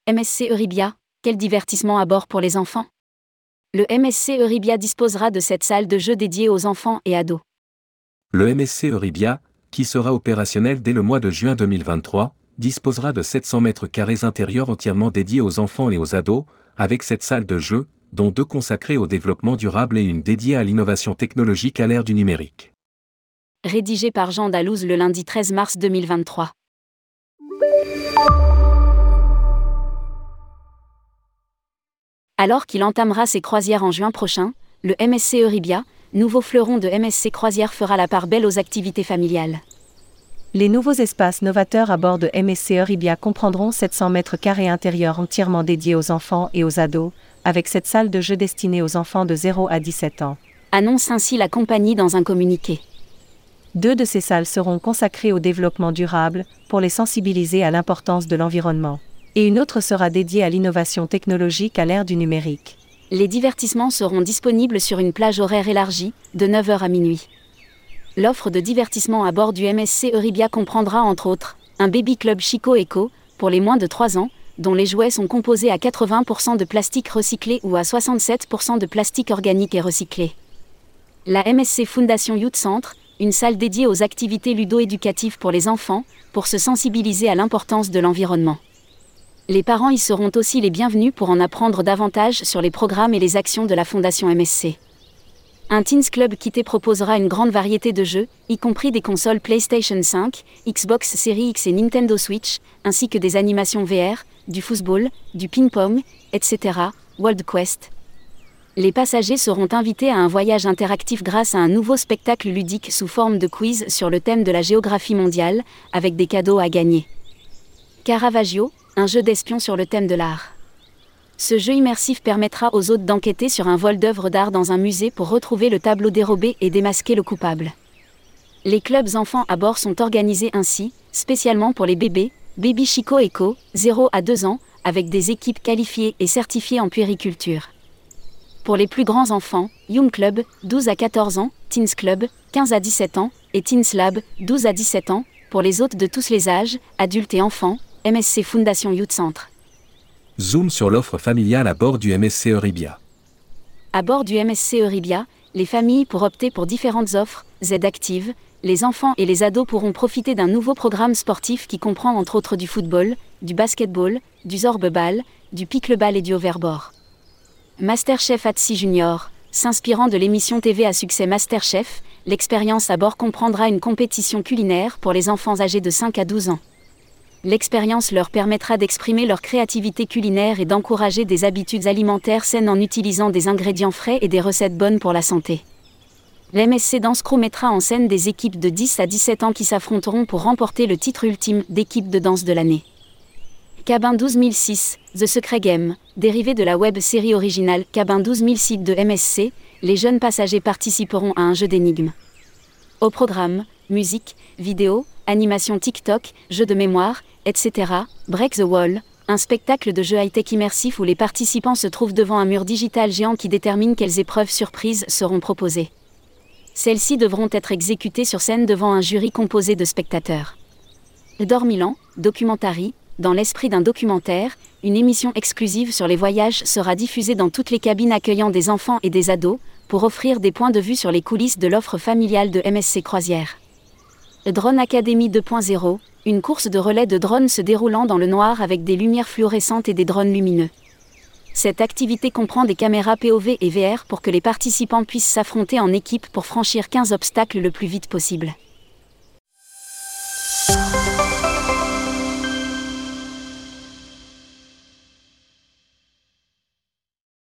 MSC Euribia, quel divertissement à bord pour les enfants? Le MSC Euribia disposera de cette salle de jeu dédiée aux enfants et ados. Le MSC Euribia, qui sera opérationnel dès le mois de juin 2023, disposera de 700 mètres carrés intérieurs entièrement dédiés aux enfants et aux ados, avec cette salle de jeu, dont 2 consacrées au développement durable et une dédiée à l'innovation technologique à l'ère du numérique. Rédigé par Jean Dalouse le lundi 13 mars 2023. Alors qu'il entamera ses croisières en juin prochain, le MSC Euribia, nouveau fleuron de MSC Croisières, fera la part belle aux activités familiales. Les nouveaux espaces novateurs à bord de MSC Euribia comprendront 700 mètres carrés intérieurs entièrement dédiés aux enfants et aux ados, avec cette salle de jeu destinée aux enfants de 0 à 17 ans. Annonce ainsi la compagnie dans un communiqué. 2 de ces salles seront consacrées au développement durable, pour les sensibiliser à l'importance de l'environnement. Et une autre sera dédiée à l'innovation technologique à l'ère du numérique. Les divertissements seront disponibles sur une plage horaire élargie, de 9h à minuit. L'offre de divertissement à bord du MSC Euribia comprendra entre autres un baby club Chico Eco, pour les moins de 3 ans, dont les jouets sont composés à 80% de plastique recyclé ou à 67% de plastique organique et recyclé. La MSC Foundation Youth Centre, une salle dédiée aux activités ludo-éducatives pour les enfants, pour se sensibiliser à l'importance de l'environnement. Les parents y seront aussi les bienvenus pour en apprendre davantage sur les programmes et les actions de la Fondation MSC. Un Teens Club Kitté proposera une grande variété de jeux, y compris des consoles PlayStation 5, Xbox Series X et Nintendo Switch, ainsi que des animations VR, du football, du ping-pong, etc., World Quest. Les passagers seront invités à un voyage interactif grâce à un nouveau spectacle ludique sous forme de quiz sur le thème de la géographie mondiale, avec des cadeaux à gagner. Caravaggio, un jeu d'espion sur le thème de l'art. Ce jeu immersif permettra aux hôtes d'enquêter sur un vol d'œuvres d'art dans un musée pour retrouver le tableau dérobé et démasquer le coupable. Les clubs enfants à bord sont organisés ainsi, spécialement pour les bébés, Baby Chico Eco, 0 à 2 ans, avec des équipes qualifiées et certifiées en puériculture. Pour les plus grands enfants, Young Club, 12 à 14 ans, Teens Club, 15 à 17 ans, et Teens Lab, 12 à 17 ans, pour les hôtes de tous les âges, adultes et enfants, MSC Foundation Youth Centre. Zoom sur l'offre familiale à bord du MSC Euribia. À bord du MSC Euribia, les familles pourront opter pour différentes offres, Z-Active, les enfants et les ados pourront profiter d'un nouveau programme sportif qui comprend entre autres du football, du basketball, du zorbeball, du pickleball et du overboard. Masterchef Atsi Junior, s'inspirant de l'émission TV à succès Masterchef, l'expérience à bord comprendra une compétition culinaire pour les enfants âgés de 5 à 12 ans. L'expérience leur permettra d'exprimer leur créativité culinaire et d'encourager des habitudes alimentaires saines en utilisant des ingrédients frais et des recettes bonnes pour la santé. L'MSC Dance Crew mettra en scène des équipes de 10 à 17 ans qui s'affronteront pour remporter le titre ultime d'équipe de danse de l'année. Cabin 12006, The Secret Game, dérivé de la web série originale Cabin 12006 de MSC, les jeunes passagers participeront à un jeu d'énigmes. Au programme, musique, vidéo, animation TikTok, jeux de mémoire, etc., Break the Wall, un spectacle de jeu high-tech immersif où les participants se trouvent devant un mur digital géant qui détermine quelles épreuves surprises seront proposées. Celles-ci devront être exécutées sur scène devant un jury composé de spectateurs. Dormiland, Documentary, dans l'esprit d'un documentaire, une émission exclusive sur les voyages sera diffusée dans toutes les cabines accueillant des enfants et des ados, pour offrir des points de vue sur les coulisses de l'offre familiale de MSC Croisières. Drone Academy 2.0, une course de relais de drones se déroulant dans le noir avec des lumières fluorescentes et des drones lumineux. Cette activité comprend des caméras POV et VR pour que les participants puissent s'affronter en équipe pour franchir 15 obstacles le plus vite possible.